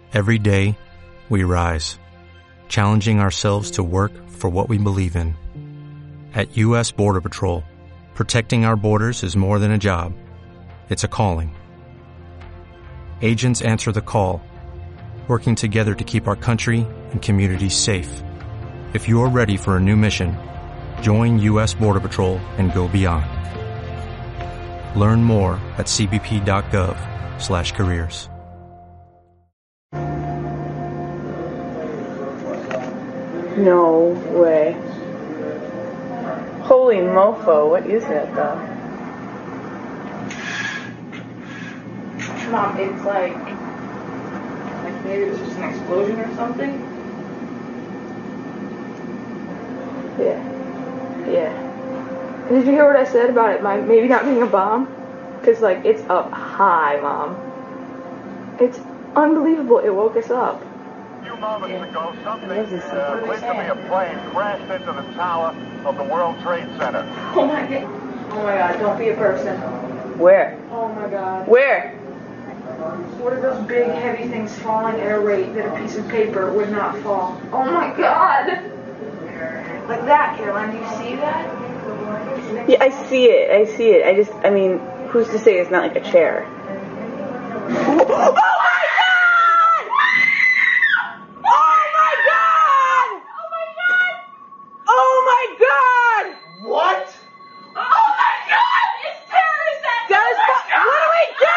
Every day, we rise, challenging ourselves to work for what we believe in. At U.S. Border Patrol, protecting our borders is more than a job. It's a calling. Agents answer the call, working together to keep our country and communities safe. If you are ready for a new mission, join U.S. Border Patrol and go beyond. Learn more at cbp.gov/careers. No way. Holy mofo, what is that though? Mom, it's like maybe it was just an explosion or something? Yeah. Did you hear what I said about it maybe not being a bomb? Because, like, it's up high, Mom. It's unbelievable. It woke us up. A few moments ago, something believed to be a plane crashed into the tower of the World Trade Center. Oh my God, don't be a person. Where? Oh my God. Where? What are those big, heavy things falling at a rate that a piece of paper would not fall? Oh my God! Like that, Caroline, do you see that? Yeah, I see it. I mean, who's to say it's not like a chair? What? Oh my God! It's terrorist attack! What do we do?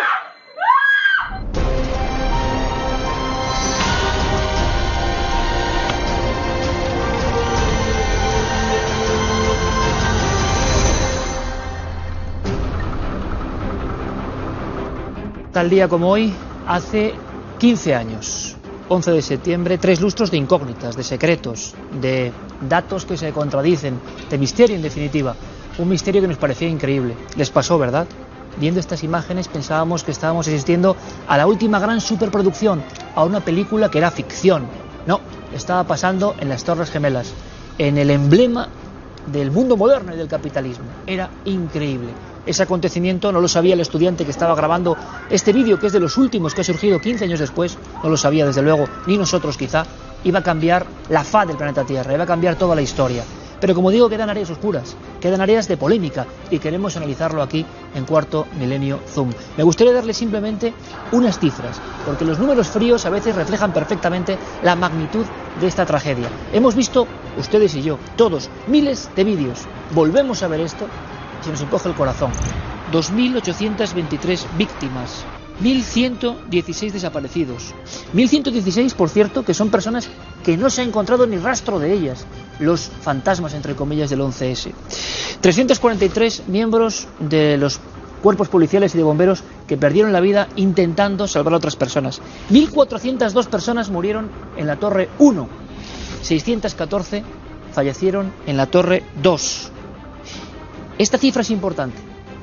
Tal día como hoy, hace 15 años, 11 de septiembre, 3 lustros de incógnitas, de secretos, de datos que se contradicen, de misterio en definitiva, un misterio que nos parecía increíble. Les pasó, ¿verdad? Viendo estas imágenes pensábamos que estábamos asistiendo a la última gran superproducción, a una película que era ficción. No, estaba pasando en las Torres Gemelas, en el emblema del mundo moderno y del capitalismo. Era increíble. Ese acontecimiento no lo sabía el estudiante que estaba grabando este vídeo, que es de los últimos que ha surgido 15 años después, no lo sabía desde luego, ni nosotros quizá. Iba a cambiar la faz del planeta Tierra, iba a cambiar toda la historia. Pero como digo, quedan áreas oscuras, quedan áreas de polémica, y queremos analizarlo aquí en Cuarto Milenio Zoom. Me gustaría darle simplemente unas cifras, porque los números fríos a veces reflejan perfectamente la magnitud de esta tragedia. Hemos visto, ustedes y yo, todos, miles de vídeos. Volvemos a ver esto, se nos encoge el corazón. 2.823 víctimas, 1.116 desaparecidos. 1.116, por cierto, que son personas que no se ha encontrado ni rastro de ellas. Los fantasmas, entre comillas, del 11S. 343 miembros de los cuerpos policiales y de bomberos que perdieron la vida intentando salvar a otras personas. 1.402 personas murieron en la Torre 1. 614 fallecieron en la Torre 2. Esta cifra es importante.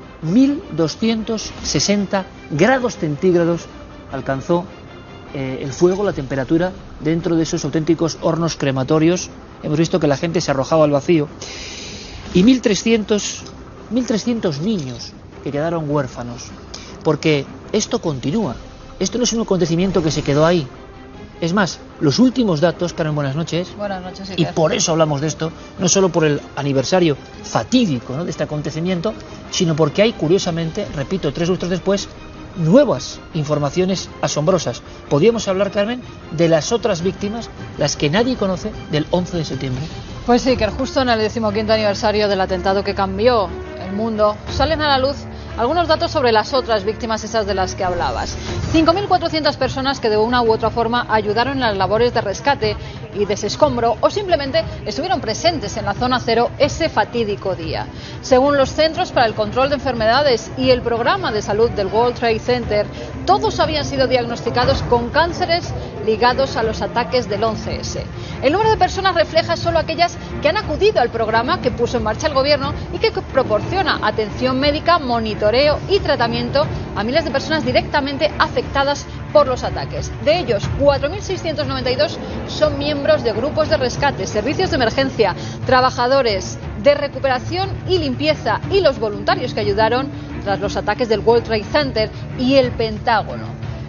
1.260 grados centígrados alcanzó el fuego, la temperatura, dentro de esos auténticos hornos crematorios. Hemos visto que la gente se arrojaba al vacío. Y 1.300 niños que quedaron huérfanos. Porque esto continúa. Esto no es un acontecimiento que se quedó ahí. Es más, los últimos datos, Carmen, buenas noches. Buenas noches, y por eso hablamos de esto, no solo por el aniversario fatídico, ¿no?, de este acontecimiento, sino porque hay, curiosamente, repito, 3 lustros después, nuevas informaciones asombrosas. Podríamos hablar, Carmen, de las otras víctimas, las que nadie conoce, del 11 de septiembre. Pues sí, que justo en el 15º aniversario del atentado que cambió el mundo, salen a la luz algunos datos sobre las otras víctimas, esas de las que hablabas. 5.400 personas que de una u otra forma ayudaron en las labores de rescate y desescombro o simplemente estuvieron presentes en la zona cero ese fatídico día. Según los Centros para el Control de Enfermedades y el Programa de Salud del World Trade Center, todos habían sido diagnosticados con cánceres ligados a los ataques del 11S. El número de personas refleja solo aquellas que han acudido al programa que puso en marcha el gobierno y que proporciona atención médica, monitoreo y tratamiento a miles de personas directamente afectadas por los ataques. De ellos, 4.692 son miembros de grupos de rescate, servicios de emergencia, trabajadores de recuperación y limpieza y los voluntarios que ayudaron tras los ataques del World Trade Center y el Pentágono.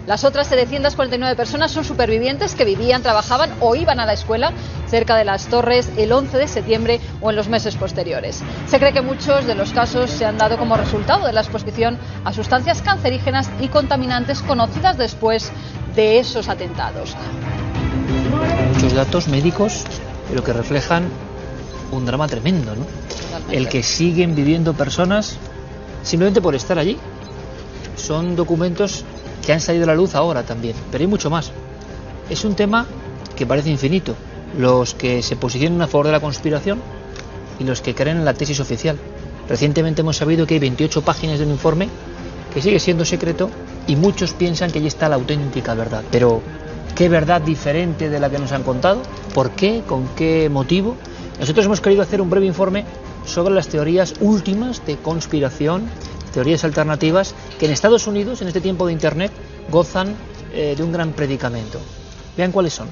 Las otras 749 personas son supervivientes que vivían, trabajaban o iban a la escuela cerca de las torres el 11 de septiembre o en los meses posteriores. Se cree que muchos de los casos se han dado como resultado de la exposición a sustancias cancerígenas y contaminantes conocidas después de esos atentados. Muchos datos médicos, pero que reflejan un drama tremendo, ¿no? Totalmente. El que siguen viviendo personas simplemente por estar allí. Son documentos que han salido a la luz ahora también, pero hay mucho más. Es un tema que parece infinito. Los que se posicionan a favor de la conspiración y los que creen en la tesis oficial. Recientemente hemos sabido que hay 28 páginas de un informe que sigue siendo secreto y muchos piensan que allí está la auténtica verdad. Pero, ¿qué verdad diferente de la que nos han contado? ¿Por qué? ¿Con qué motivo? Nosotros hemos querido hacer un breve informe sobre las teorías últimas de conspiración, teorías alternativas que en Estados Unidos, en este tiempo de Internet, gozan de un gran predicamento. Vean cuáles son.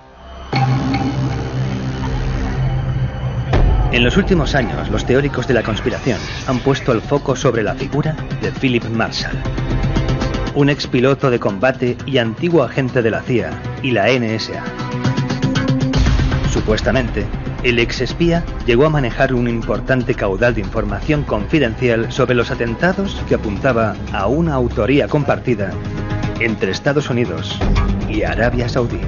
En los últimos años, los teóricos de la conspiración han puesto el foco sobre la figura de Philip Marshall, un expiloto de combate y antiguo agente de la CIA y la NSA. Supuestamente, el exespía llegó a manejar un importante caudal de información confidencial sobre los atentados que apuntaba a una autoría compartida entre Estados Unidos y Arabia Saudí.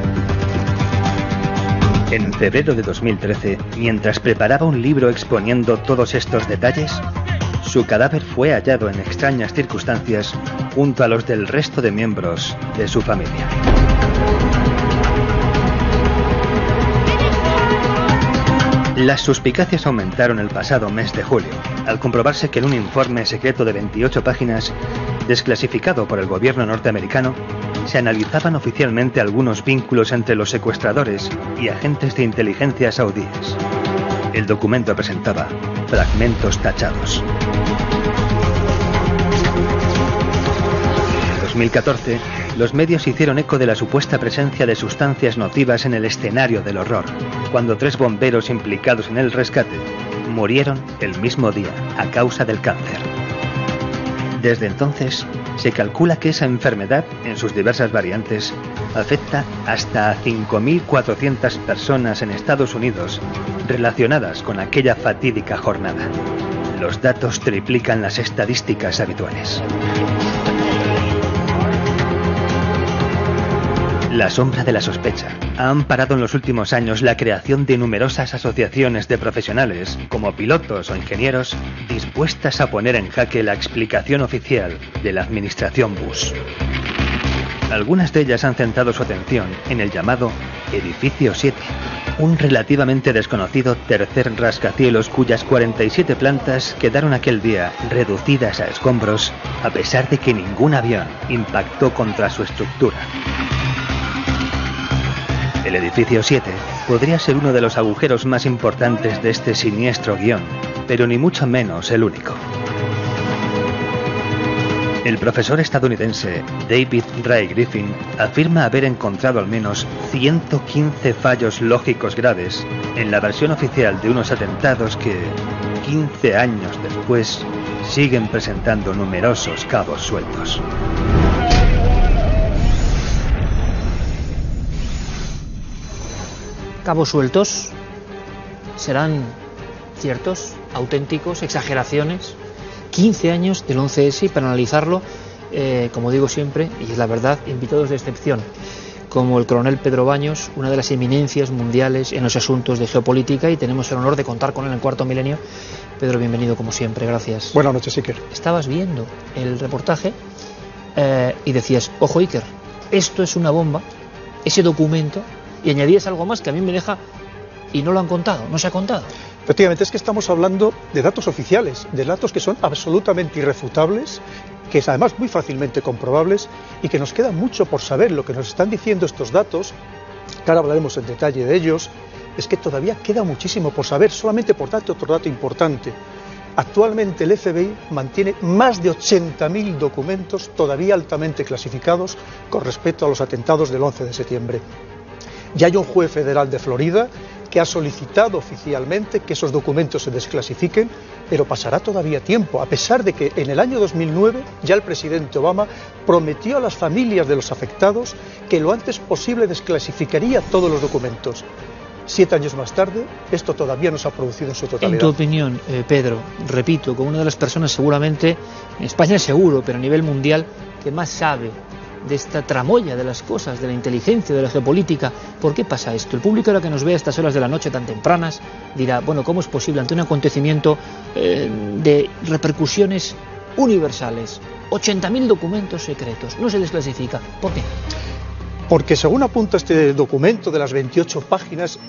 En febrero de 2013, mientras preparaba un libro exponiendo todos estos detalles, su cadáver fue hallado en extrañas circunstancias junto a los del resto de miembros de su familia. Las suspicacias aumentaron el pasado mes de julio, al comprobarse que en un informe secreto de 28 páginas, desclasificado por el gobierno norteamericano, se analizaban oficialmente algunos vínculos entre los secuestradores y agentes de inteligencia saudíes. El documento presentaba fragmentos tachados. En 2014, los medios hicieron eco de la supuesta presencia de sustancias nocivas en el escenario del horror, cuando 3 bomberos implicados en el rescate murieron el mismo día a causa del cáncer. Desde entonces, se calcula que esa enfermedad, en sus diversas variantes, afecta hasta a 5.400 personas en Estados Unidos relacionadas con aquella fatídica jornada. Los datos triplican las estadísticas habituales. La sombra de la sospecha ha amparado en los últimos años la creación de numerosas asociaciones de profesionales, como pilotos o ingenieros, dispuestas a poner en jaque la explicación oficial de la administración Bush. Algunas de ellas han centrado su atención en el llamado Edificio 7, un relativamente desconocido tercer rascacielos cuyas 47 plantas quedaron aquel día reducidas a escombros, a pesar de que ningún avión impactó contra su estructura. El edificio 7 podría ser uno de los agujeros más importantes de este siniestro guión, pero ni mucho menos el único. El profesor estadounidense David Ray Griffin afirma haber encontrado al menos 115 fallos lógicos graves en la versión oficial de unos atentados que, 15 años después, siguen presentando numerosos cabos sueltos. Cabos sueltos. ¿Serán ciertos, auténticos, exageraciones? 15 años del 11S y para analizarlo, como digo siempre, y es la verdad, invitados de excepción, como el coronel Pedro Baños, una de las eminencias mundiales en los asuntos de geopolítica, y tenemos el honor de contar con él en Cuarto Milenio. Pedro, bienvenido como siempre, gracias. Buenas noches, Iker. Estabas viendo el reportaje y decías, ojo Iker, esto es una bomba, ese documento, y añadías algo más que a mí me deja, y no lo han contado, no se ha contado. Efectivamente, es que estamos hablando de datos oficiales, de datos que son absolutamente irrefutables, que es además muy fácilmente comprobables y que nos queda mucho por saber. Lo que nos están diciendo estos datos, que ahora hablaremos en detalle de ellos, es que todavía queda muchísimo por saber. Solamente por darte otro dato importante. Actualmente el FBI mantiene más de 80.000 documentos todavía altamente clasificados con respecto a los atentados del 11 de septiembre. Ya hay un juez federal de Florida que ha solicitado oficialmente que esos documentos se desclasifiquen, pero pasará todavía tiempo, a pesar de que en el año 2009 ya el presidente Obama prometió a las familias de los afectados que lo antes posible desclasificaría todos los documentos. 7 años más tarde, esto todavía no se ha producido en su totalidad. En tu opinión, Pedro, repito, como una de las personas seguramente, en España seguro, pero a nivel mundial, que más sabe de esta tramoya de las cosas, de la inteligencia, de la geopolítica, ¿por qué pasa esto? El público ahora que nos ve a estas horas de la noche tan tempranas dirá, bueno, ¿cómo es posible ante un acontecimiento de repercusiones universales? 80.000 documentos secretos, no se desclasifica. ¿Por qué? Porque según apunta este documento de las 28 páginas,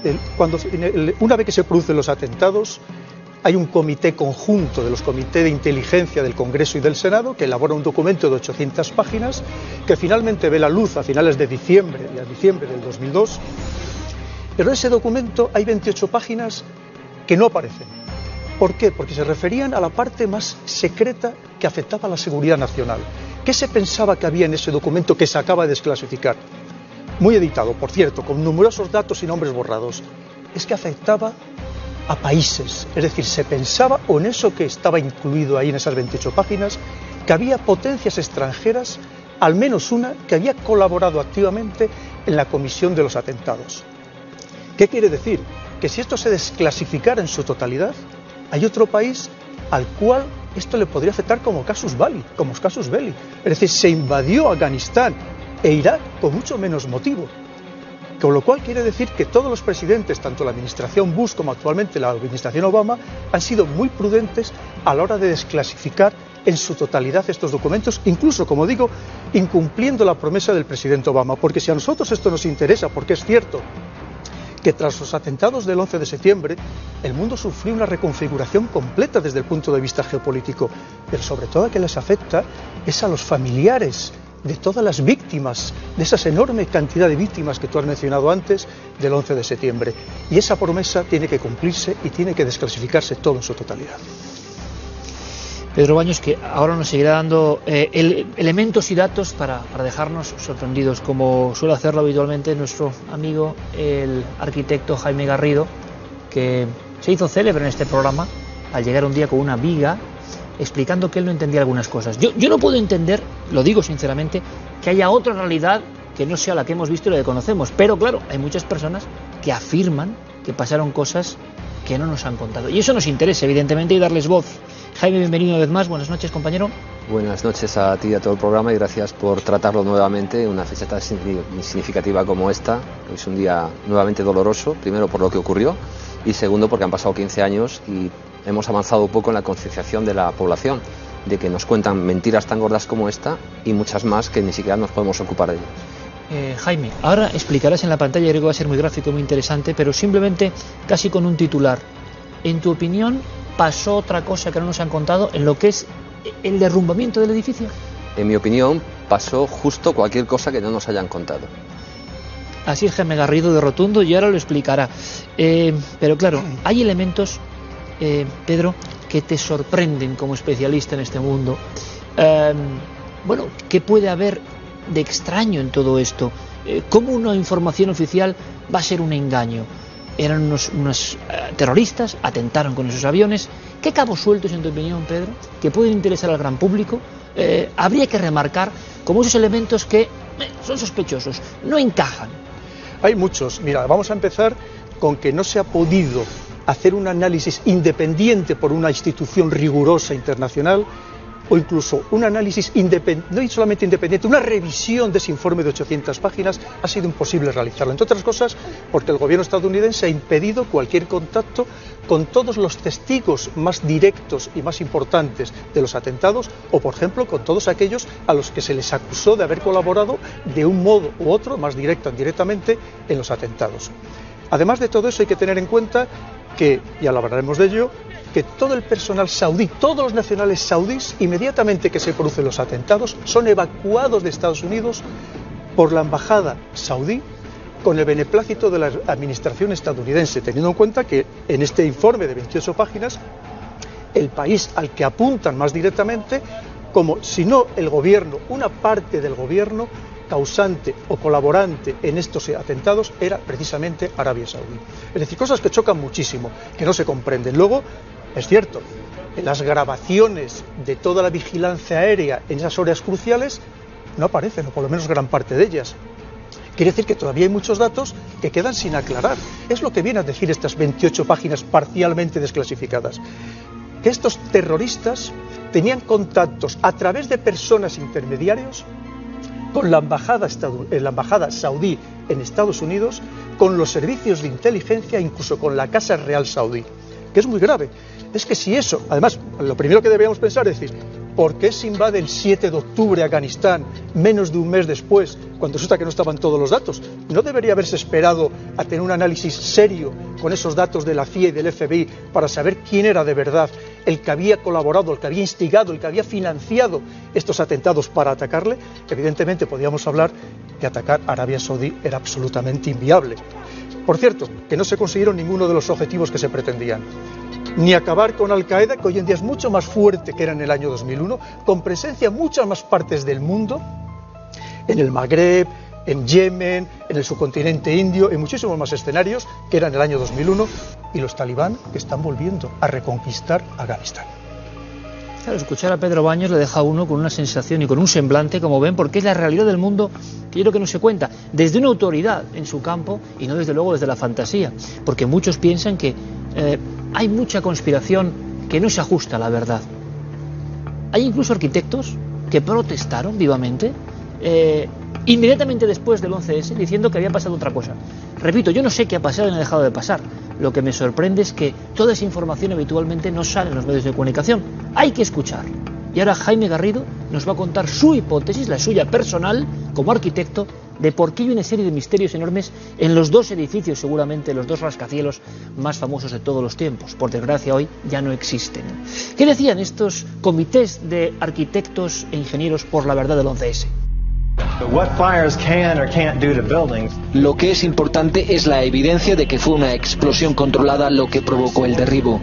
una vez que se producen los atentados, hay un comité conjunto de los comités de inteligencia del Congreso y del Senado que elabora un documento de 800 páginas que finalmente ve la luz a finales de diciembre y a diciembre del 2002. Pero en ese documento hay 28 páginas que no aparecen. ¿Por qué? Porque se referían a la parte más secreta que afectaba a la seguridad nacional. ¿Qué se pensaba que había en ese documento que se acaba de desclasificar? Muy editado, por cierto, con numerosos datos y nombres borrados. Es que afectaba a países, es decir, se pensaba, o en eso que estaba incluido ahí en esas 28 páginas, que había potencias extranjeras, al menos una, que había colaborado activamente en la comisión de los atentados. ¿Qué quiere decir? Que si esto se desclasificara en su totalidad, hay otro país al cual esto le podría afectar como casus belli. Es decir, se invadió Afganistán e Irak con mucho menos motivo. Con lo cual quiere decir que todos los presidentes, tanto la administración Bush como actualmente la administración Obama, han sido muy prudentes a la hora de desclasificar en su totalidad estos documentos, incluso, como digo, incumpliendo la promesa del presidente Obama. Porque si a nosotros esto nos interesa, porque es cierto que tras los atentados del 11 de septiembre, el mundo sufrió una reconfiguración completa desde el punto de vista geopolítico, pero sobre todo a que les afecta es a los familiares de todas las víctimas, de esa enorme cantidad de víctimas que tú has mencionado antes del 11 de septiembre. Y esa promesa tiene que cumplirse y tiene que desclasificarse todo en su totalidad. Pedro Baños, que ahora nos seguirá dando elementos y datos para dejarnos sorprendidos, como suele hacerlo habitualmente nuestro amigo el arquitecto Jaime Garrido, que se hizo célebre en este programa al llegar un día con una viga explicando que él no entendía algunas cosas. Yo no puedo entender, lo digo sinceramente, que haya otra realidad que no sea la que hemos visto y la que conocemos, pero claro, hay muchas personas que afirman que pasaron cosas que no nos han contado, y eso nos interesa evidentemente, y darles voz. Jaime, bienvenido una vez más, buenas noches, compañero. Buenas noches a ti y a todo el programa, y gracias por tratarlo nuevamente, una fecha tan significativa como esta. Es un día nuevamente doloroso, primero por lo que ocurrió, y segundo porque han pasado 15 años y hemos avanzado un poco en la concienciación de la población, de que nos cuentan mentiras tan gordas como esta y muchas más que ni siquiera nos podemos ocupar de ellas. Jaime, ahora explicarás en la pantalla, creo que va a ser muy gráfico, muy interesante, pero simplemente casi con un titular. En tu opinión, ¿pasó otra cosa que no nos han contado en lo que es el derrumbamiento del edificio? En mi opinión, pasó justo cualquier cosa que no nos hayan contado. Así es Jaime Garrido de Rotundo, y ahora lo explicará. Pero claro, hay elementos, Pedro, que te sorprenden como especialista en este mundo. Bueno, ¿qué puede haber de extraño en todo esto? ¿Cómo una información oficial va a ser un engaño? Eran unos terroristas, atentaron con esos aviones. ¿Qué cabos sueltos, en tu opinión, Pedro, que pueden interesar al gran público? Habría que remarcar como esos elementos que son sospechosos, no encajan. Hay muchos. Mira, vamos a empezar con que no se ha podido hacer un análisis independiente por una institución rigurosa internacional, o incluso un análisis no solamente independiente, una revisión de ese informe de 800 páginas, ha sido imposible realizarlo. Entre otras cosas, porque el gobierno estadounidense ha impedido cualquier contacto con todos los testigos más directos y más importantes de los atentados, o por ejemplo con todos aquellos a los que se les acusó de haber colaborado de un modo u otro, más directo o indirectamente, en los atentados. Además de todo eso, hay que tener en cuenta que, ya hablaremos de ello, que todo el personal saudí, todos los nacionales saudíes, inmediatamente que se producen los atentados, son evacuados de Estados Unidos por la embajada saudí con el beneplácito de la administración estadounidense, teniendo en cuenta que en este informe de 28 páginas, el país al que apuntan más directamente, como si no el gobierno, una parte del gobierno, causante o colaborante en estos atentados era precisamente Arabia Saudí. Es decir, cosas que chocan muchísimo, que no se comprenden. Luego, es cierto, en las grabaciones de toda la vigilancia aérea en esas horas cruciales no aparecen, o por lo menos gran parte de ellas. Quiere decir que todavía hay muchos datos que quedan sin aclarar. Es lo que vienen a decir estas 28 páginas parcialmente desclasificadas. Que estos terroristas tenían contactos a través de personas intermediarios con la embajada saudí en Estados Unidos, con los servicios de inteligencia, incluso con la Casa Real Saudí, que es muy grave. Es que si eso, además, lo primero que deberíamos pensar es decir, ¿por qué se invade el 7 de octubre Afganistán menos de un mes después, cuando resulta que no estaban todos los datos? ¿No debería haberse esperado a tener un análisis serio con esos datos de la CIA y del FBI para saber quién era de verdad el que había colaborado, el que había instigado, el que había financiado estos atentados para atacarle? Evidentemente podíamos hablar que atacar a Arabia Saudí era absolutamente inviable. Por cierto, que no se consiguieron ninguno de los objetivos que se pretendían. Ni acabar con Al-Qaeda, que hoy en día es mucho más fuerte que era en el año 2001, con presencia en muchas más partes del mundo, en el Magreb, en Yemen, en el subcontinente indio, en muchísimos más escenarios que era en el año 2001, y los talibán que están volviendo a reconquistar Afganistán. Claro, escuchar a Pedro Baños le deja a uno con una sensación y con un semblante, como ven, porque es la realidad del mundo que yo creo que no se cuenta, desde una autoridad en su campo y no desde luego desde la fantasía, porque muchos piensan que hay mucha conspiración que no se ajusta a la verdad. Hay incluso arquitectos que protestaron vivamente inmediatamente después del 11S diciendo que había pasado otra cosa. Repito, yo no sé qué ha pasado y no ha dejado de pasar. Lo que me sorprende es que toda esa información habitualmente no sale en los medios de comunicación. Hay que escuchar. Y ahora Jaime Garrido nos va a contar su hipótesis, la suya personal, como arquitecto, de por qué hay una serie de misterios enormes en los dos edificios, seguramente los dos rascacielos más famosos de todos los tiempos. Por desgracia, hoy ya no existen. ¿Qué decían estos comités de arquitectos e ingenieros por la verdad del 11S? Lo que es importante es la evidencia de que fue una explosión controlada lo que provocó el derribo.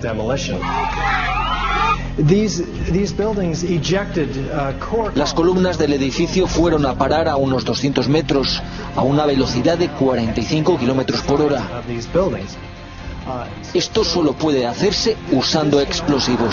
Las columnas del edificio fueron a parar a unos 200 metros a una velocidad de 45 kilómetros por hora. Esto solo puede hacerse usando explosivos.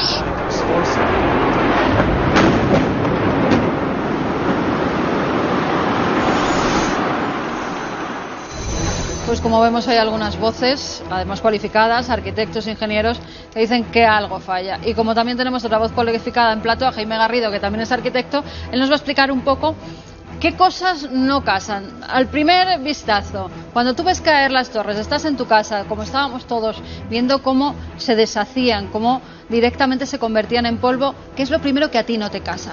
Pues como vemos hay algunas voces, además cualificadas, arquitectos, ingenieros, que dicen que algo falla. Y como también tenemos otra voz cualificada en plato, a Jaime Garrido, que también es arquitecto, él nos va a explicar un poco qué cosas no casan. Al primer vistazo, cuando tú ves caer las torres, estás en tu casa, como estábamos todos, viendo cómo se deshacían, cómo directamente se convertían en polvo, ¿qué es lo primero que a ti no te casa?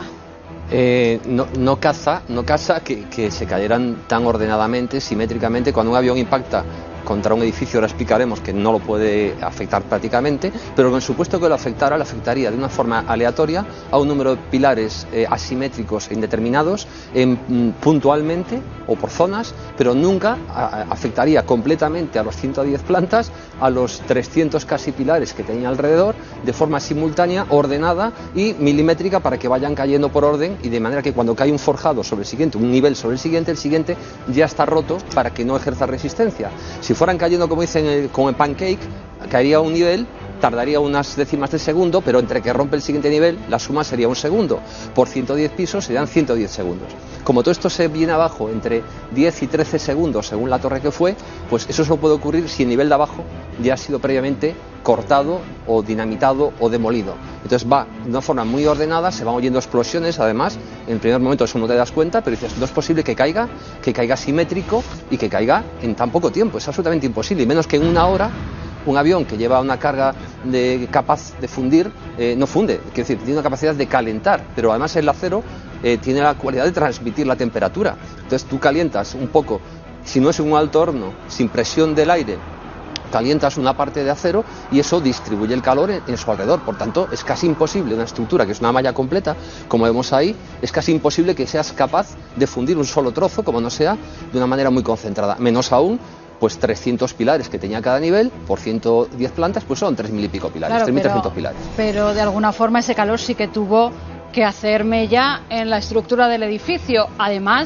No casa que se cayeran tan ordenadamente, simétricamente. Cuando un avión impacta contra un edificio, ahora explicaremos que no lo puede afectar prácticamente, pero en el supuesto que lo afectara, le afectaría de una forma aleatoria a un número de pilares asimétricos e indeterminados puntualmente o por zonas, pero nunca afectaría completamente a los 110 plantas, a los 300 casi pilares que tenía alrededor, de forma simultánea, ordenada y milimétrica, para que vayan cayendo por orden, y de manera que cuando cae un forjado sobre el siguiente, un nivel sobre el siguiente ya está roto para que no ejerza resistencia. Si fueran cayendo, como dicen, con el pancake, caería un nivel, tardaría unas décimas de segundo, pero entre que rompe el siguiente nivel, la suma sería un segundo. Por 110 pisos serían 110 segundos. Como todo esto se viene abajo entre 10 y 13 segundos, según la torre que fue, pues eso solo puede ocurrir si el nivel de abajo ya ha sido previamente cortado o dinamitado o demolido. Entonces va de una forma muy ordenada, se van oyendo explosiones, además, en el primer momento eso no te das cuenta, pero dices, no es posible que caiga simétrico y que caiga en tan poco tiempo, es absolutamente imposible, y menos que en una hora. Un avión que lleva una carga capaz de fundir, no funde, quiero decir, tiene una capacidad de calentar, pero además el acero tiene la cualidad de transmitir la temperatura. Entonces tú calientas un poco, si no es un alto horno, sin presión del aire, calientas una parte de acero y eso distribuye el calor en su alrededor. Por tanto, es casi imposible, una estructura que es una malla completa, como vemos ahí, es casi imposible que seas capaz de fundir un solo trozo, como no sea, de una manera muy concentrada. Menos aún, pues 300 pilares que tenía cada nivel, por 110 plantas, pues son 3.000 y pico pilares, claro, 3.300 pilares. Pero de alguna forma ese calor sí que tuvo que hacer mella en la estructura del edificio. Además,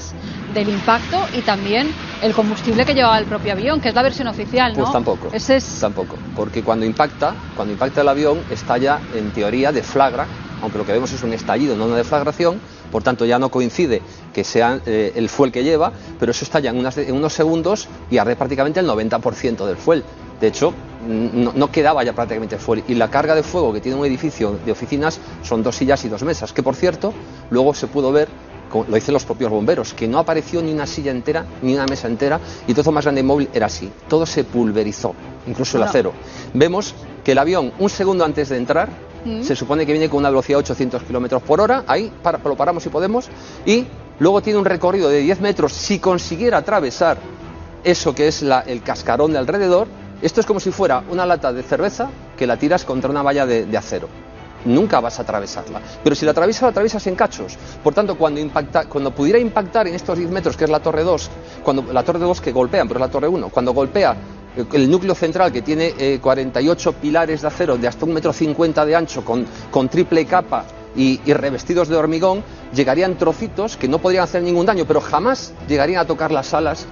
del impacto y también el combustible que llevaba el propio avión, que es la versión oficial, ¿no? Pues tampoco. Tampoco, porque cuando impacta el avión estalla en teoría deflagra, aunque lo que vemos es un estallido, no una deflagración, por tanto ya no coincide que sea el fuel que lleva, pero eso estalla en unos segundos y arde prácticamente el 90% del fuel. De hecho, no quedaba ya prácticamente fuel, y la carga de fuego que tiene un edificio de oficinas son 2 sillas y 2 mesas, que por cierto, luego se pudo ver, lo dicen los propios bomberos, que no apareció ni una silla entera, ni una mesa entera, y todo más grande inmóvil era así, todo se pulverizó, incluso el acero. Vemos que el avión, un segundo antes de entrar, se supone que viene con una velocidad de 800 kilómetros por hora, ahí lo paramos si podemos, y luego tiene un recorrido de 10 metros, si consiguiera atravesar eso que es el cascarón de alrededor. Esto es como si fuera una lata de cerveza que la tiras contra una valla de acero. Nunca vas a atravesarla, pero si la atraviesas en cachos. Por tanto, cuando pudiera impactar en estos 10 metros, que es la torre 2, la torre 2 que golpean, pero es la torre 1, cuando golpea el núcleo central, que tiene 48 pilares de acero de hasta 1,50 m de ancho, con triple capa y revestidos de hormigón, llegarían trocitos que no podrían hacer ningún daño, pero jamás llegarían a tocar las alas,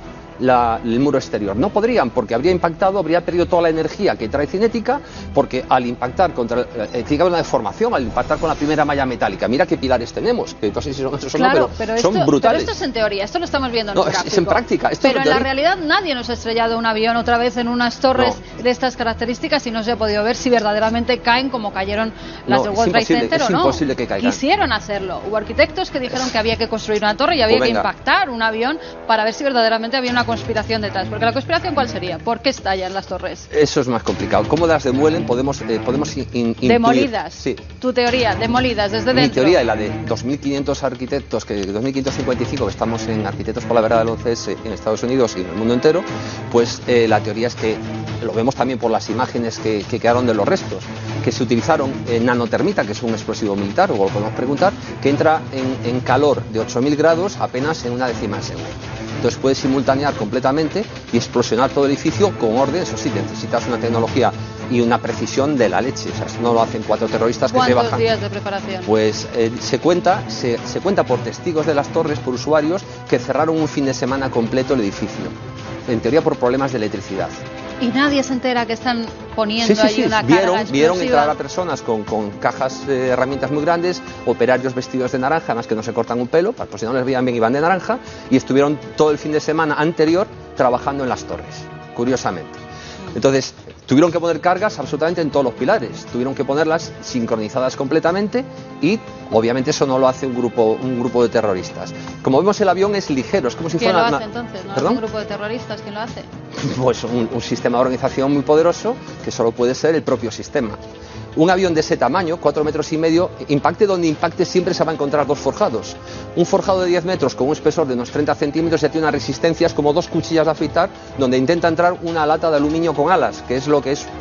el muro exterior. No podrían, porque habría impactado, habría perdido toda la energía que trae cinética, porque al impactar tiene que haber una deformación al impactar con la primera malla metálica. Mira qué pilares tenemos, que no sé si son esos claro, pero son brutales. Pero esto es en teoría, esto lo estamos viendo en el gráfico. Es en práctica. Pero en la realidad nadie nos ha estrellado un avión otra vez en unas torres de estas características y no se ha podido ver si verdaderamente caen como cayeron las del World Trade Center o no. Es imposible que caigan. Quisieron hacerlo. Hubo arquitectos que dijeron que había que construir una torre y había que impactar un avión para ver si verdaderamente había una conspiración detrás, porque la conspiración ¿cuál sería? ¿Por qué estallan las torres? Eso es más complicado. ¿Cómo las demuelen? Podemos intuir. Demolidas. Sí. Tu teoría, demolidas desde dentro. Mi teoría y la de 2.500 arquitectos, 2.555 que estamos en Arquitectos por la Verdad del 11S en Estados Unidos y en el mundo entero, pues la teoría es que, lo vemos también por las imágenes que quedaron de los restos, que se utilizaron nanotermita, que es un explosivo militar, o lo podemos preguntar, que entra en calor de 8.000 grados apenas en una décima de segundo. Entonces puede simultanear completamente y explosionar todo el edificio con orden. Eso sí, necesitas una tecnología y una precisión de la leche. O sea, eso no lo hacen 4 terroristas que se bajan. ¿Cuántos días de preparación? Pues se cuenta por testigos de las torres, por usuarios, que cerraron un fin de semana completo el edificio. En teoría por problemas de electricidad. Y nadie se entera que están poniendo ahí una carga explosiva. Vieron entrar a personas con cajas de herramientas muy grandes, operarios vestidos de naranja, además que no se cortan un pelo, pues si no les veían bien iban de naranja, y estuvieron todo el fin de semana anterior trabajando en las torres, curiosamente. Entonces, tuvieron que poner cargas absolutamente en todos los pilares, tuvieron que ponerlas sincronizadas completamente y obviamente eso no lo hace un grupo de terroristas. Como vemos, el avión es ligero, es como si fuera... ¿Quién lo hace entonces? ¿No es un grupo de terroristas? ¿Quién lo hace? Pues un sistema de organización muy poderoso que solo puede ser el propio sistema. Un avión de ese tamaño, 4,5 metros, impacte donde impacte, siempre se va a encontrar 2 forjados. Un forjado de 10 metros con un espesor de unos 30 centímetros ya tiene unas resistencias como 2 cuchillas de afeitar, donde intenta entrar una lata de aluminio con alas, que es lo que es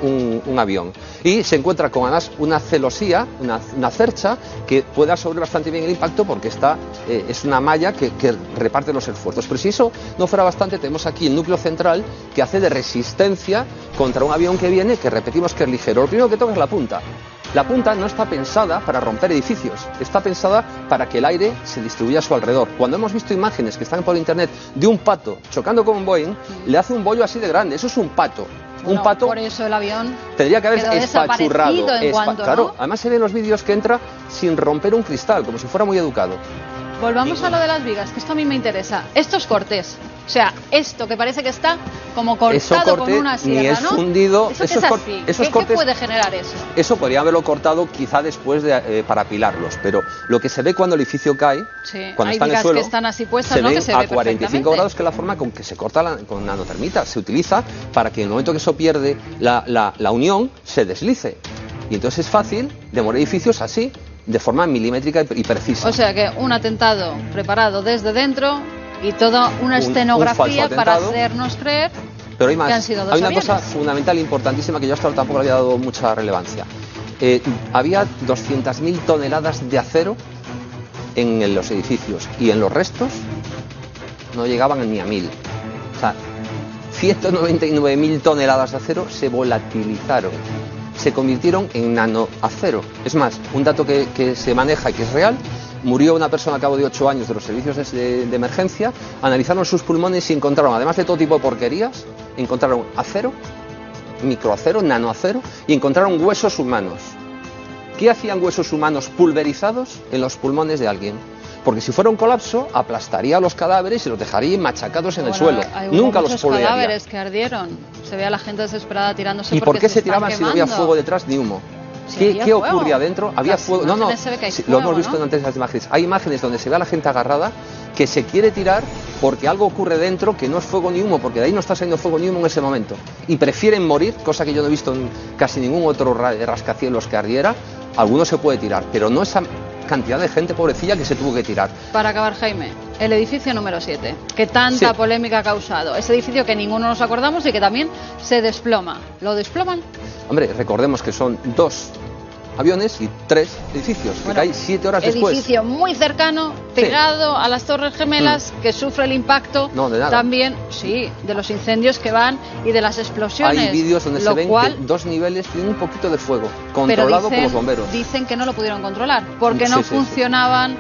un avión. Y se encuentra con además una celosía, una cercha, que puede absorber bastante bien el impacto porque es una malla que reparte los esfuerzos. Pero si eso no fuera bastante, tenemos aquí el núcleo central que hace de resistencia contra un avión que viene, que repetimos que es ligero. Lo primero que toca es la punta. La punta no está pensada para romper edificios, está pensada para que el aire se distribuya a su alrededor. Cuando hemos visto imágenes que están por internet de un pato chocando con un Boeing, le hace un bollo así de grande. Eso es un pato. Bueno, un pato por eso el avión tendría que haber espachurrado. Claro, ¿no? Además se ven los vídeos que entra sin romper un cristal, como si fuera muy educado. Volvamos a lo de las vigas, que esto a mí me interesa. Estos cortes, o sea, esto que parece que está como cortado con una sierra, ni es ¿no? fundido. Eso es así. ¿Qué puede generar eso? Eso podría haberlo cortado quizá después para apilarlos, pero lo que se ve cuando el edificio cae, cuando está en el suelo, que están así puestas, se ¿no? ven Que se ve a 45 grados, que es la forma con que se corta con nanotermita. Se utiliza para que en el momento que eso pierde la unión, se deslice. Y entonces es fácil demoler edificios así, de forma milimétrica y precisa. O sea que un atentado preparado desde dentro y toda una escenografía para hacernos creer Pero hay más. que han sido dos Hay una aviones. cosa fundamental e importantísima que yo hasta ahora tampoco le había dado mucha relevancia. Había 200.000 toneladas de acero en los edificios y en los restos no llegaban ni a 1.000. O sea, 199.000 toneladas de acero se volatilizaron, se convirtieron en nanoacero. Es más, un dato que se maneja y que es real, Murió una persona al cabo de 8 años de los servicios de emergencia, analizaron sus pulmones y encontraron, además de todo tipo de porquerías, encontraron acero, microacero, nanoacero, y encontraron huesos humanos. ¿Qué hacían huesos humanos pulverizados en los pulmones de alguien? Porque si fuera un colapso, aplastaría a los cadáveres y los dejaría machacados en el suelo. Nunca los pulverizaría. Cadáveres que ardieron. Se ve a la gente desesperada tirándose. ¿Y por qué se tiraban si no había fuego detrás ni humo? ¿Qué ocurría adentro? Había fuego. No, lo hemos visto antes en las imágenes. Hay imágenes donde se ve a la gente agarrada que se quiere tirar porque algo ocurre dentro que no es fuego ni humo, porque de ahí no está saliendo fuego ni humo en ese momento. Y prefieren morir, cosa que yo no he visto en casi ningún otro rascacielos que ardiera. Algunos se puede tirar, pero no esa cantidad de gente pobrecilla que se tuvo que tirar. Para acabar, Jaime, el edificio número 7, que tanta polémica ha causado. Ese edificio que ninguno nos acordamos y que también se desploma. ¿Lo desploman? Hombre, recordemos que son 2 aviones y 3 edificios, que caen 7 horas después. Edificio muy cercano, pegado a las Torres Gemelas, que sufre el impacto también, de los incendios que van y de las explosiones. Hay vídeos donde se ven que 2 niveles tienen un poquito de fuego, controlado por los bomberos. Dicen que no lo pudieron controlar, porque no funcionaban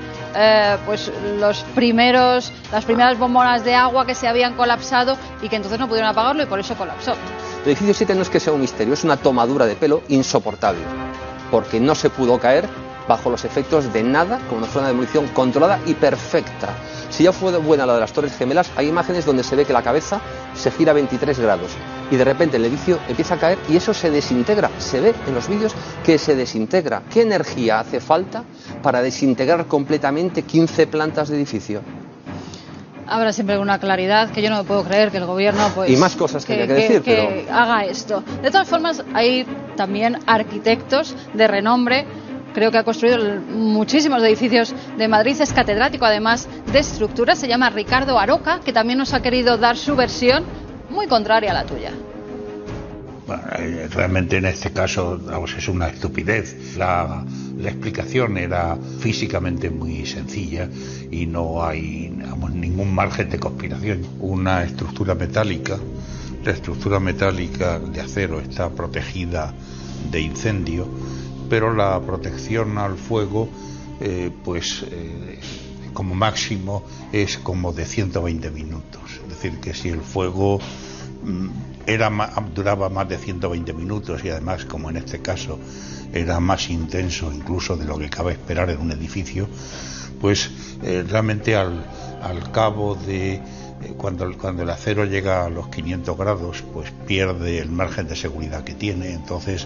las primeras bombonas de agua que se habían colapsado y que entonces no pudieron apagarlo y por eso colapsó. El edificio 7 no es que sea un misterio, es una tomadura de pelo insoportable, porque no se pudo caer bajo los efectos de nada, como no fue una demolición controlada y perfecta. Si ya fue buena la de las Torres Gemelas, hay imágenes donde se ve que la cabeza se gira a 23 grados y de repente el edificio empieza a caer y eso se desintegra. Se ve en los vídeos que se desintegra. ¿Qué energía hace falta para desintegrar completamente 15 plantas de edificio? Habrá siempre alguna claridad, que yo no me puedo creer que el gobierno y más cosas que decir, que haga esto. De todas formas, hay también arquitectos de renombre. Creo que ha construido muchísimos edificios de Madrid. Es catedrático además de estructuras. Se llama Ricardo Aroca, que también nos ha querido dar su versión muy contraria a la tuya. Bueno, realmente en este caso es una estupidez. La explicación era físicamente muy sencilla y no hay ningún margen de conspiración. Una estructura metálica, la estructura metálica de acero está protegida de incendio, pero la protección al fuego como máximo es como de 120 minutos. Es decir, que si el fuego duraba más de 120 minutos y además, como en este caso, era más intenso incluso de lo que cabe esperar en un edificio, pues realmente al cabo de cuando el acero llega a los 500 grados, pues pierde el margen de seguridad que tiene. Entonces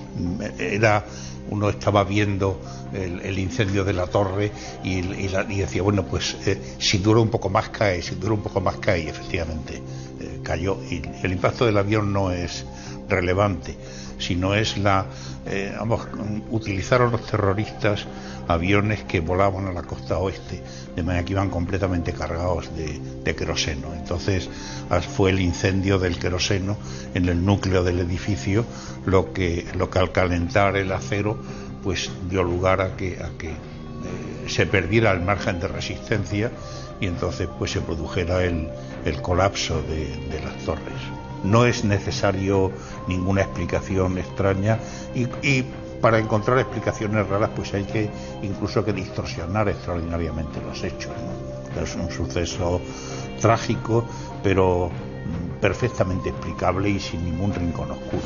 uno estaba viendo el incendio de la torre y decía, bueno, pues si dura un poco más cae, y efectivamente cayó. Y el impacto del avión no es relevante, sino es utilizaron los terroristas aviones que volaban a la costa oeste, de manera que iban completamente cargados de queroseno. Entonces fue el incendio del queroseno en el núcleo del edificio lo que al calentar el acero pues dio lugar a que se perdiera el margen de resistencia y entonces pues se produjera el colapso de las torres. No es necesario ninguna explicación extraña y para encontrar explicaciones raras pues hay que incluso que distorsionar extraordinariamente los hechos, ¿no? Es un suceso trágico, pero perfectamente explicable y sin ningún rincón oscuro.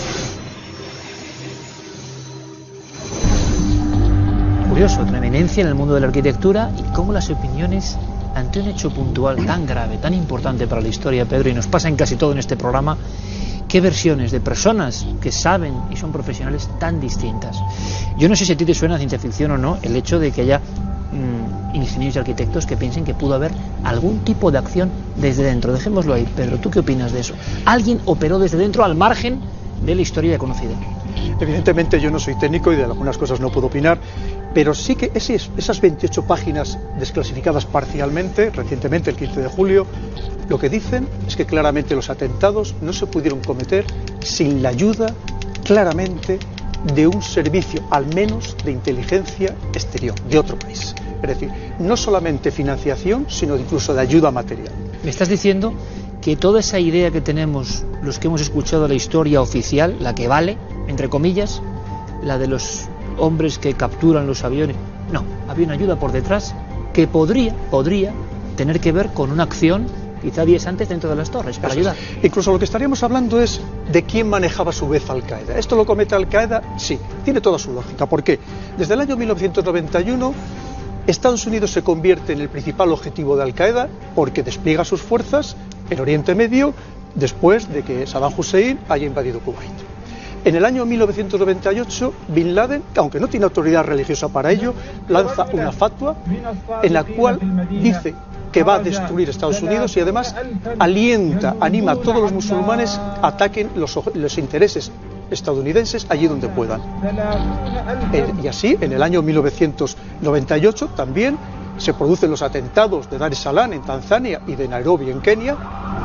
Curioso, otra eminencia en el mundo de la arquitectura y cómo las opiniones ante un hecho puntual tan grave, tan importante para la historia, Pedro, y nos pasa en casi todo en este programa, qué versiones de personas que saben y son profesionales tan distintas. Yo no sé si a ti te suena ciencia ficción o no el hecho de que haya ingenieros y arquitectos que piensen que pudo haber algún tipo de acción desde dentro. Dejémoslo ahí, Pedro, ¿tú qué opinas de eso? ¿Alguien operó desde dentro al margen de la historia ya conocida? Evidentemente yo no soy técnico y de algunas cosas no puedo opinar, pero sí que esas 28 páginas desclasificadas parcialmente, recientemente, el 15 de julio, lo que dicen es que claramente los atentados no se pudieron cometer sin la ayuda, claramente, de un servicio, al menos de inteligencia exterior, de otro país. Es decir, no solamente financiación, sino incluso de ayuda material. ¿Me estás diciendo que toda esa idea que tenemos los que hemos escuchado la historia oficial, la que vale, entre comillas, la de los hombres que capturan los aviones, No, había una ayuda por detrás que podría tener que ver con una acción quizá días antes dentro de las torres para ayudar. Incluso lo que estaríamos hablando es de quién manejaba a su vez Al-Qaeda. ¿Esto lo comete Al-Qaeda? Sí, tiene toda su lógica. ¿Por qué? Desde el año 1991 Estados Unidos se convierte en el principal objetivo de Al-Qaeda porque despliega sus fuerzas en Oriente Medio después de que Saddam Hussein haya invadido Kuwait. En el año 1998, Bin Laden, aunque no tiene autoridad religiosa para ello, lanza una fatwa en la cual dice que va a destruir Estados Unidos y además anima a todos los musulmanes a ataquen los intereses estadounidenses allí donde puedan. Y así, en el año 1998 también se producen los atentados de Dar es Salaam en Tanzania y de Nairobi en Kenia.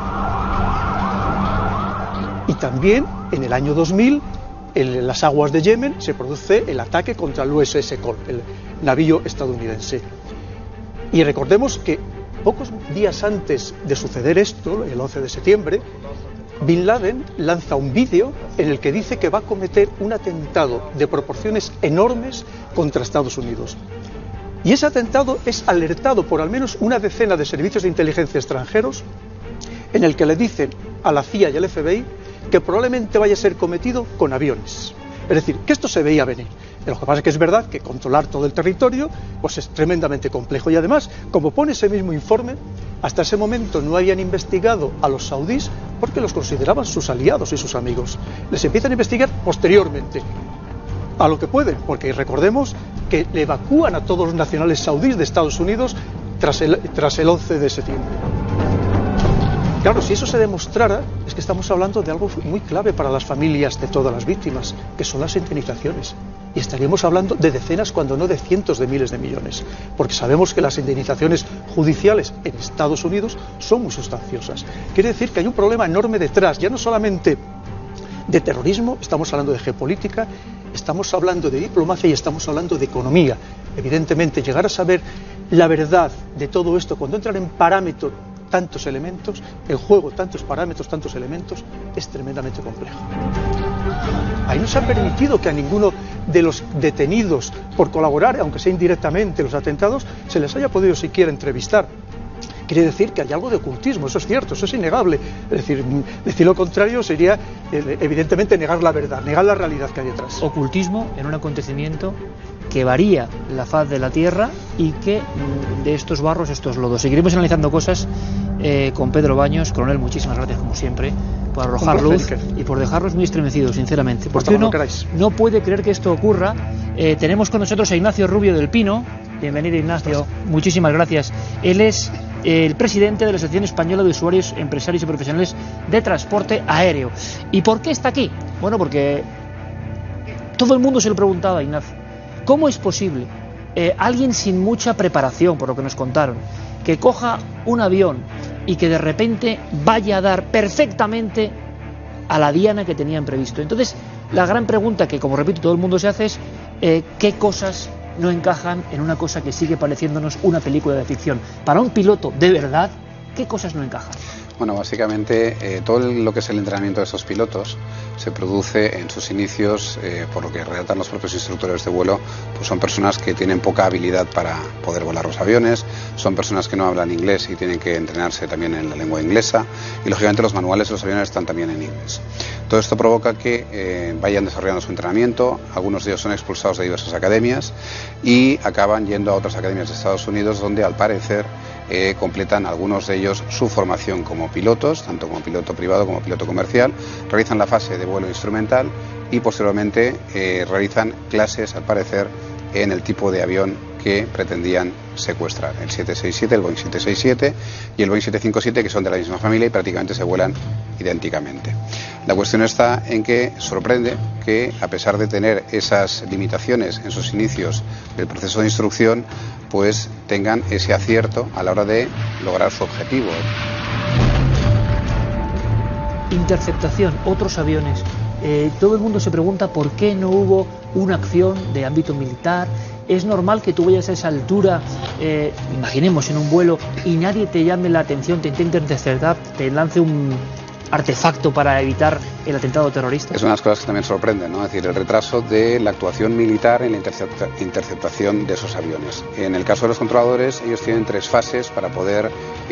Y también en el año 2000, en las aguas de Yemen, se produce el ataque contra el USS Colp, el navío estadounidense. Y recordemos que pocos días antes de suceder esto, el 11 de septiembre, Bin Laden lanza un vídeo en el que dice que va a cometer un atentado de proporciones enormes contra Estados Unidos. Y ese atentado es alertado por al menos una decena de servicios de inteligencia extranjeros, en el que le dicen a la CIA y al FBI que probablemente vaya a ser cometido con aviones. Es decir, que esto se veía venir. Lo que pasa es que es verdad que controlar todo el territorio pues es tremendamente complejo. Y además, como pone ese mismo informe, hasta ese momento no habían investigado a los saudíes porque los consideraban sus aliados y sus amigos. Les empiezan a investigar posteriormente, a lo que pueden, porque recordemos que le evacúan a todos los nacionales saudíes de Estados Unidos tras el 11 de septiembre. Claro, si eso se demostrara, es que estamos hablando de algo muy clave para las familias de todas las víctimas, que son las indemnizaciones. Y estaríamos hablando de decenas, cuando no de cientos de miles de millones, porque sabemos que las indemnizaciones judiciales en Estados Unidos son muy sustanciosas. Quiere decir que hay un problema enorme detrás, ya no solamente de terrorismo, estamos hablando de geopolítica, estamos hablando de diplomacia y estamos hablando de economía. Evidentemente, llegar a saber la verdad de todo esto, cuando entran en parámetro tantos elementos, en juego tantos parámetros, tantos elementos, es tremendamente complejo. Ahí no se ha permitido que a ninguno de los detenidos por colaborar, aunque sea indirectamente, en los atentados, se les haya podido siquiera entrevistar. Quiere decir que hay algo de ocultismo, eso es cierto, eso es innegable. Es decir lo contrario sería, evidentemente, negar la verdad, negar la realidad que hay detrás. Ocultismo en un acontecimiento que varía la faz de la Tierra y que de estos barros, estos lodos. Seguiremos analizando cosas con Pedro Baños. Coronel, muchísimas gracias como siempre por arrojar luz y por dejarnos muy estremecidos, sinceramente. Porque uno no puede creer que esto ocurra. Tenemos con nosotros a Ignacio Rubio del Pino. Bienvenido, Ignacio. Muchísimas gracias. Él es el presidente de la Asociación Española de Usuarios, Empresarios y Profesionales de Transporte Aéreo. ¿Y por qué está aquí? Bueno, porque todo el mundo se lo preguntaba, Ignacio. ¿Cómo es posible alguien sin mucha preparación, por lo que nos contaron, que coja un avión y que de repente vaya a dar perfectamente a la diana que tenían previsto? Entonces, la gran pregunta que, como repito, todo el mundo se hace es ¿qué cosas no encajan en una cosa que sigue pareciéndonos una película de ficción? Para un piloto de verdad, ¿qué cosas no encajan? Bueno, básicamente todo lo que es el entrenamiento de estos pilotos se produce en sus inicios, por lo que relatan los propios instructores de vuelo, pues son personas que tienen poca habilidad para poder volar los aviones, son personas que no hablan inglés y tienen que entrenarse también en la lengua inglesa, y lógicamente los manuales de los aviones están también en inglés. Todo esto provoca que vayan desarrollando su entrenamiento, algunos de ellos son expulsados de diversas academias y acaban yendo a otras academias de Estados Unidos, donde al parecer completan algunos de ellos su formación como pilotos, tanto como piloto privado como piloto comercial, realizan la fase de vuelo instrumental y posteriormente realizan clases, al parecer, en el tipo de avión que pretendían secuestrar, el 767, el Boeing 767 y el Boeing 757, que son de la misma familia y prácticamente se vuelan idénticamente. La cuestión está en que sorprende que, a pesar de tener esas limitaciones en sus inicios del proceso de instrucción, pues tengan ese acierto a la hora de lograr su objetivo. Interceptación, otros aviones. Todo el mundo se pregunta por qué no hubo una acción de ámbito militar. Es normal que tú vayas a esa altura, imaginemos en un vuelo, y nadie te llame la atención, te intente interceptar, te lance artefacto para evitar el atentado terrorista? Es una de las cosas que también sorprenden, ¿no? Es decir, el retraso de la actuación militar en la interceptación de esos aviones. En el caso de los controladores, ellos tienen 3 fases para poder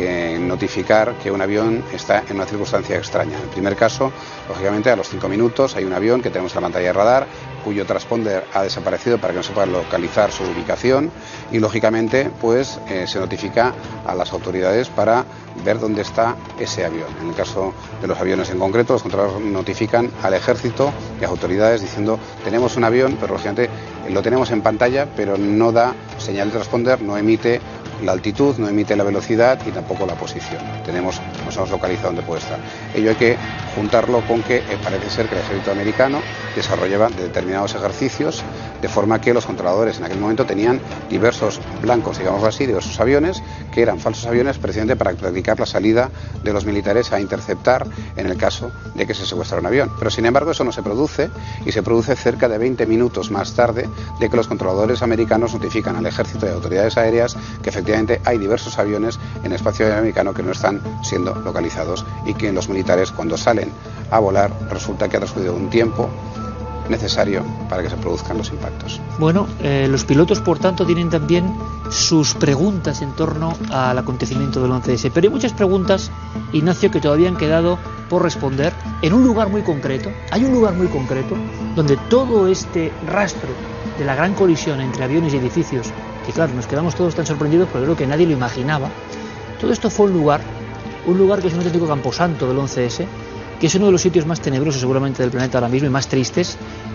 notificar que un avión está en una circunstancia extraña. En el primer caso, lógicamente, a los 5 minutos hay un avión que tenemos en la pantalla de radar cuyo transponder ha desaparecido para que no se pueda localizar su ubicación y, lógicamente, pues se notifica a las autoridades para ver dónde está ese avión. En el caso de los aviones en concreto, los controladores notifican al ejército y a autoridades diciendo tenemos un avión, pero lógicamente lo tenemos en pantalla, pero no da señal de transponder, no emite la altitud, no emite la velocidad y tampoco la posición. Nos hemos localizado dónde puede estar. Ello hay que juntarlo con que parece ser que el ejército americano desarrollaba determinados ejercicios de forma que los controladores en aquel momento tenían diversos blancos, digámoslo así, diversos aviones que eran falsos aviones precisamente para practicar la salida de los militares a interceptar en el caso de que se secuestrara un avión. Pero sin embargo eso no se produce y se produce cerca de 20 minutos más tarde de que los controladores americanos notifican al ejército y a autoridades aéreas que efectivamente hay diversos aviones en el espacio aéreo americano que no están siendo localizados y que los militares cuando salen a volar resulta que ha transcurrido un tiempo necesario para que se produzcan los impactos. Bueno, los pilotos, por tanto, tienen también sus preguntas en torno al acontecimiento del 11S. Pero hay muchas preguntas, Ignacio, que todavía han quedado por responder en un lugar muy concreto. Hay un lugar muy concreto donde todo este rastro de la gran colisión entre aviones y edificios, que claro, nos quedamos todos tan sorprendidos porque creo que nadie lo imaginaba. Todo esto fue un lugar que es un auténtico camposanto del 11S, que es uno de los sitios más tenebrosos seguramente del planeta ahora mismo y más tristes,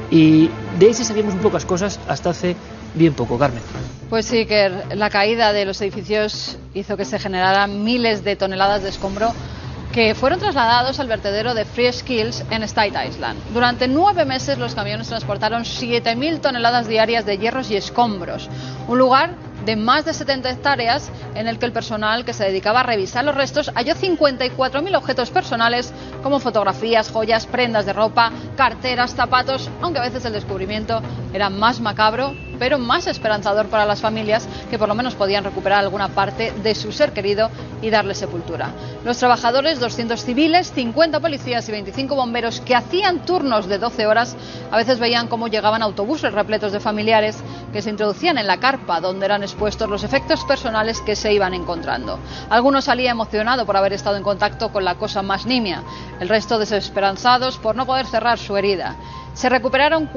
y de ese sabíamos muy pocas cosas hasta hace bien poco. Carmen. Pues sí, que la caída de los edificios hizo que se generaran miles de toneladas de escombro que fueron trasladados al vertedero de Freeskills en Staten Island. Durante 9 meses los camiones transportaron 7.000 toneladas diarias de hierros y escombros, un lugar de más de 70 hectáreas en el que el personal que se dedicaba a revisar los restos halló 54.000 objetos personales como fotografías, joyas, prendas de ropa, carteras, zapatos, aunque a veces el descubrimiento era más macabro, pero más esperanzador para las familias que por lo menos podían recuperar alguna parte de su ser querido y darle sepultura. Los trabajadores, 200 civiles, 50 policías y 25 bomberos que hacían turnos de 12 horas, a veces veían cómo llegaban autobuses repletos de familiares que se introducían en la carpa donde eran expuestos los efectos personales que se iban encontrando. Algunos salía emocionado por haber estado en contacto con la cosa más nimia, el resto desesperanzados por no poder cerrar su herida. Se recuperaron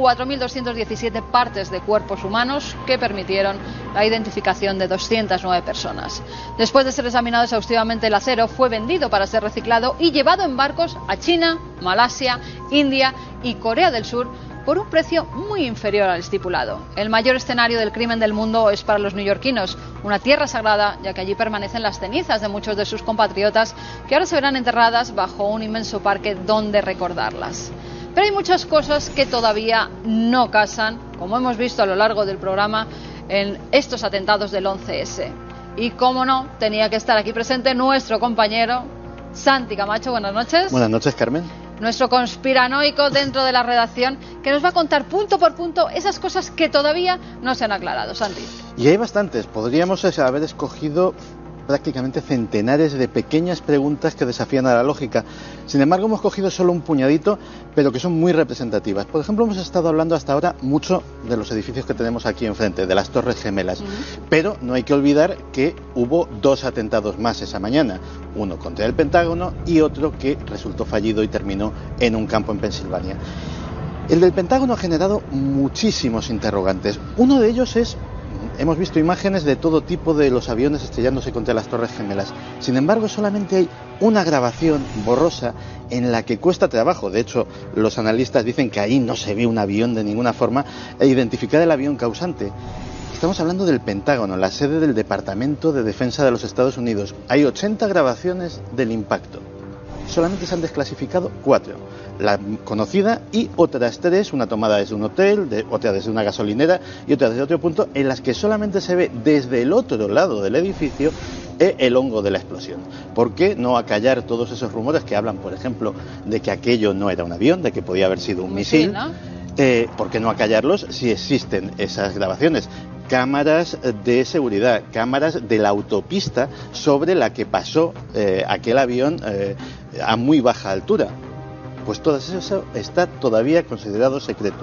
4.217 partes de cuerpos humanos que permitieron la identificación de 209 personas. Después de ser examinado exhaustivamente, el acero fue vendido para ser reciclado y llevado en barcos a China, Malasia, India y Corea del Sur por un precio muy inferior al estipulado. El mayor escenario del crimen del mundo es para los neoyorquinos, una tierra sagrada, ya que allí permanecen las cenizas de muchos de sus compatriotas que ahora se verán enterradas bajo un inmenso parque donde recordarlas. Pero hay muchas cosas que todavía no casan, como hemos visto a lo largo del programa, en estos atentados del 11S. Y cómo no, tenía que estar aquí presente nuestro compañero Santi Camacho. Buenas noches. Buenas noches, Carmen. Nuestro conspiranoico dentro de la redacción, que nos va a contar punto por punto esas cosas que todavía no se han aclarado. Santi. Y hay bastantes. Podríamos haber escogido prácticamente centenares de pequeñas preguntas que desafían a la lógica. Sin embargo, hemos cogido solo un puñadito, pero que son muy representativas. Por ejemplo, hemos estado hablando hasta ahora mucho de los edificios que tenemos aquí enfrente, de las Torres Gemelas. Pero no hay que olvidar que hubo 2 atentados más esa mañana. Uno contra el Pentágono y otro que resultó fallido y terminó en un campo en Pensilvania. El del Pentágono ha generado muchísimos interrogantes. Uno de ellos es: hemos visto imágenes de todo tipo de los aviones estrellándose contra las Torres Gemelas. Sin embargo, solamente hay una grabación borrosa en la que cuesta trabajo. De hecho, los analistas dicen que ahí no se ve un avión de ninguna forma e identificar el avión causante. Estamos hablando del Pentágono, la sede del Departamento de Defensa de los Estados Unidos. Hay 80 grabaciones del impacto. Solamente se han desclasificado 4. La conocida y otras 3, una tomada desde un hotel, otra desde una gasolinera y otra desde otro punto, en las que solamente se ve desde el otro lado del edificio el hongo de la explosión. ¿Por qué no acallar todos esos rumores que hablan, por ejemplo, de que aquello no era un avión, de que podía haber sido un misil? ¿No? ¿Por qué no acallarlos si existen esas grabaciones? cámaras de seguridad, cámaras de la autopista sobre la que pasó aquel avión a muy baja altura. Pues todo eso está todavía considerado secreto.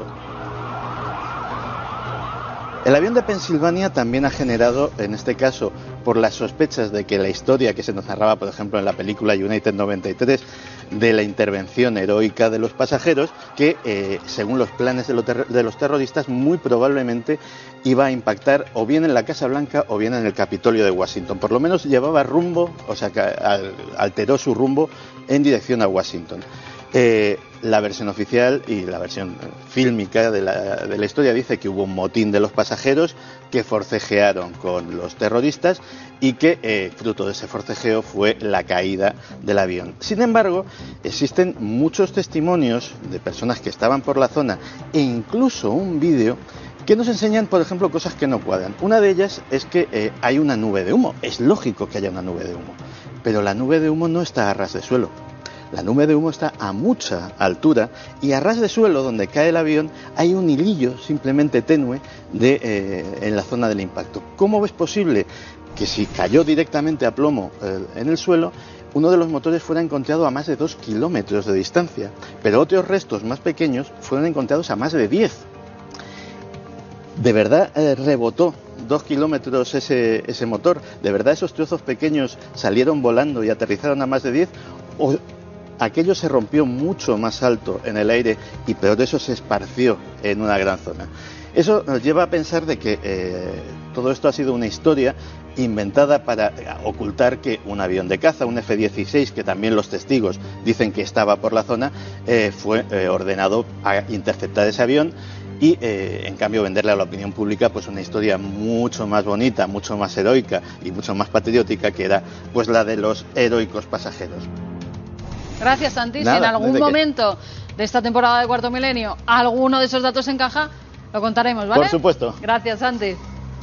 El avión de Pensilvania también ha generado, en este caso, por las sospechas de que la historia que se nos narraba, por ejemplo, en la película United 93, de la intervención heroica de los pasajeros, que según los planes de los terroristas, muy probablemente iba a impactar o bien en la Casa Blanca o bien en el Capitolio de Washington. Por lo menos llevaba rumbo, o sea, que alteró su rumbo en dirección a Washington. La versión oficial y la versión fílmica de la historia dice que hubo un motín de los pasajeros que forcejearon con los terroristas y que fruto de ese forcejeo fue la caída del avión. Sin embargo, existen muchos testimonios de personas que estaban por la zona e incluso un vídeo que nos enseñan, por ejemplo, cosas que no cuadran. Una de ellas es que hay una nube de humo. Es lógico que haya una nube de humo, pero la nube de humo no está a ras de suelo. La nube de humo está a mucha altura y a ras de suelo, donde cae el avión, hay un hilillo simplemente tenue en la zona del impacto. ¿Cómo es posible que si cayó directamente a plomo en el suelo, uno de los motores fuera encontrado a más de 2 kilómetros de distancia, pero otros restos más pequeños fueron encontrados a más de 10? ¿De verdad rebotó 2 kilómetros ese motor? ¿De verdad esos trozos pequeños salieron volando y aterrizaron a más de 10? ¿O aquello se rompió mucho más alto en el aire y peor de eso se esparció en una gran zona? Eso nos lleva a pensar de que todo esto ha sido una historia inventada para ocultar que un avión de caza, un F-16, que también los testigos dicen que estaba por la zona, fue ordenado a interceptar ese avión y en cambio venderle a la opinión pública pues una historia mucho más bonita, mucho más heroica y mucho más patriótica, que era pues la de los heroicos pasajeros. Gracias, Santi. Si en algún momento de esta temporada de Cuarto Milenio alguno de esos datos encaja, lo contaremos, ¿vale? Por supuesto. Gracias, Santi.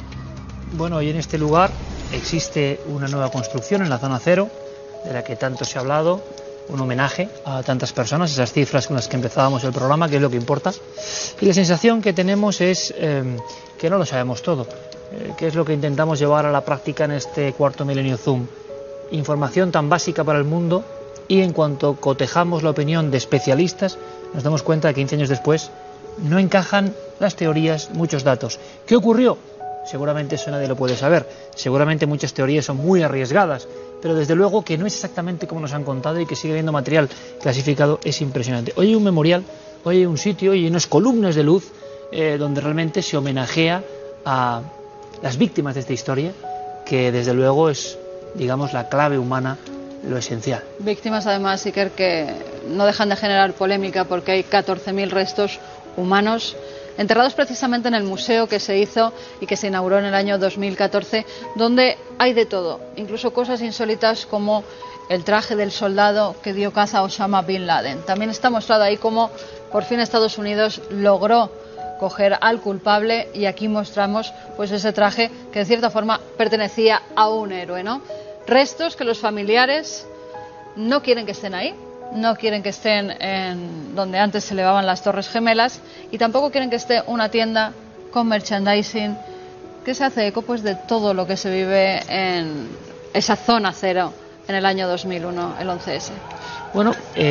Bueno, y en este lugar existe una nueva construcción en la zona cero, de la que tanto se ha hablado, un homenaje a tantas personas, esas cifras con las que empezábamos el programa, que es lo que importa. Y la sensación que tenemos es que no lo sabemos todo, que es lo que intentamos llevar a la práctica en este Cuarto Milenio Zoom. Información tan básica para el mundo, y en cuanto cotejamos la opinión de especialistas, nos damos cuenta de que 15 años después no encajan las teorías, muchos datos. ¿Qué ocurrió? Seguramente eso nadie lo puede saber. Seguramente muchas teorías son muy arriesgadas, pero desde luego que no es exactamente como nos han contado y que sigue habiendo material clasificado es impresionante. Hoy hay un memorial, hoy hay un sitio, hoy hay unas columnas de luz donde realmente se homenajea a las víctimas de esta historia, que desde luego es, digamos, la clave humana, lo esencial. Víctimas, además, Iker, que no dejan de generar polémica porque hay 14.000 restos humanos enterrados precisamente en el museo que se hizo y que se inauguró en el año 2014, donde hay de todo, incluso cosas insólitas como el traje del soldado que dio caza a Osama Bin Laden. También está mostrado ahí cómo por fin Estados Unidos logró coger al culpable, y aquí mostramos pues ese traje que de cierta forma pertenecía a un héroe, ¿no? Restos que los familiares no quieren que estén ahí, no quieren que estén en donde antes se elevaban las Torres Gemelas, y tampoco quieren que esté una tienda con merchandising que se hace eco pues de todo lo que se vive en esa zona cero en el año 2001, el 11S. Bueno,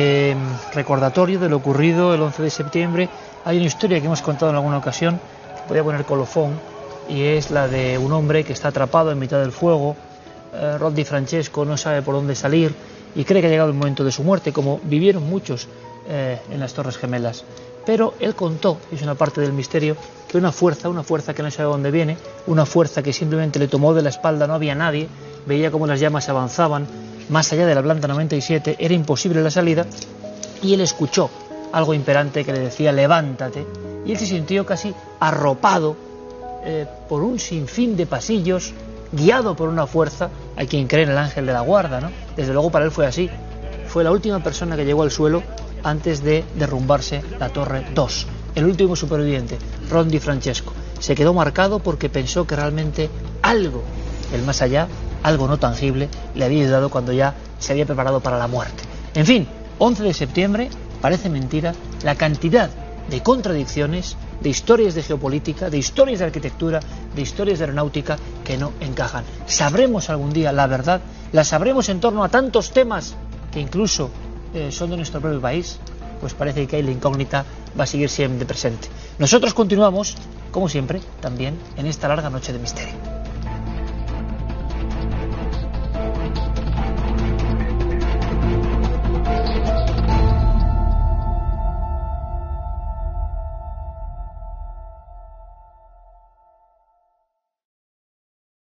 recordatorio de lo ocurrido el 11 de septiembre. Hay una historia que hemos contado en alguna ocasión, voy a poner colofón, y es la de un hombre que está atrapado en mitad del fuego. Rod Francesco no sabe por dónde salir y cree que ha llegado el momento de su muerte, como vivieron muchos en las Torres Gemelas. Pero él contó, y es una parte del misterio, que una fuerza que no sabe dónde viene, una fuerza que simplemente le tomó de la espalda, no había nadie, veía cómo las llamas avanzaban más allá de la planta 97, era imposible la salida, y él escuchó algo imperante que le decía levántate, y él se sintió casi arropado por un sinfín de pasillos, guiado por una fuerza. Hay quien cree en el ángel de la guarda, ¿no? Desde luego para él fue así. Fue la última persona que llegó al suelo antes de derrumbarse la Torre 2. El último superviviente, Rod Francesco. Se quedó marcado porque pensó que realmente algo, el más allá, algo no tangible, le había ayudado cuando ya se había preparado para la muerte. En fin, 11 de septiembre, parece mentira la cantidad de contradicciones de historias de geopolítica, de historias de arquitectura, de historias de aeronáutica que no encajan. ¿Sabremos algún día la verdad? ¿La sabremos en torno a tantos temas que incluso son de nuestro propio país? Pues parece que ahí la incógnita va a seguir siempre presente. Nosotros continuamos, como siempre, también en esta larga noche de misterio.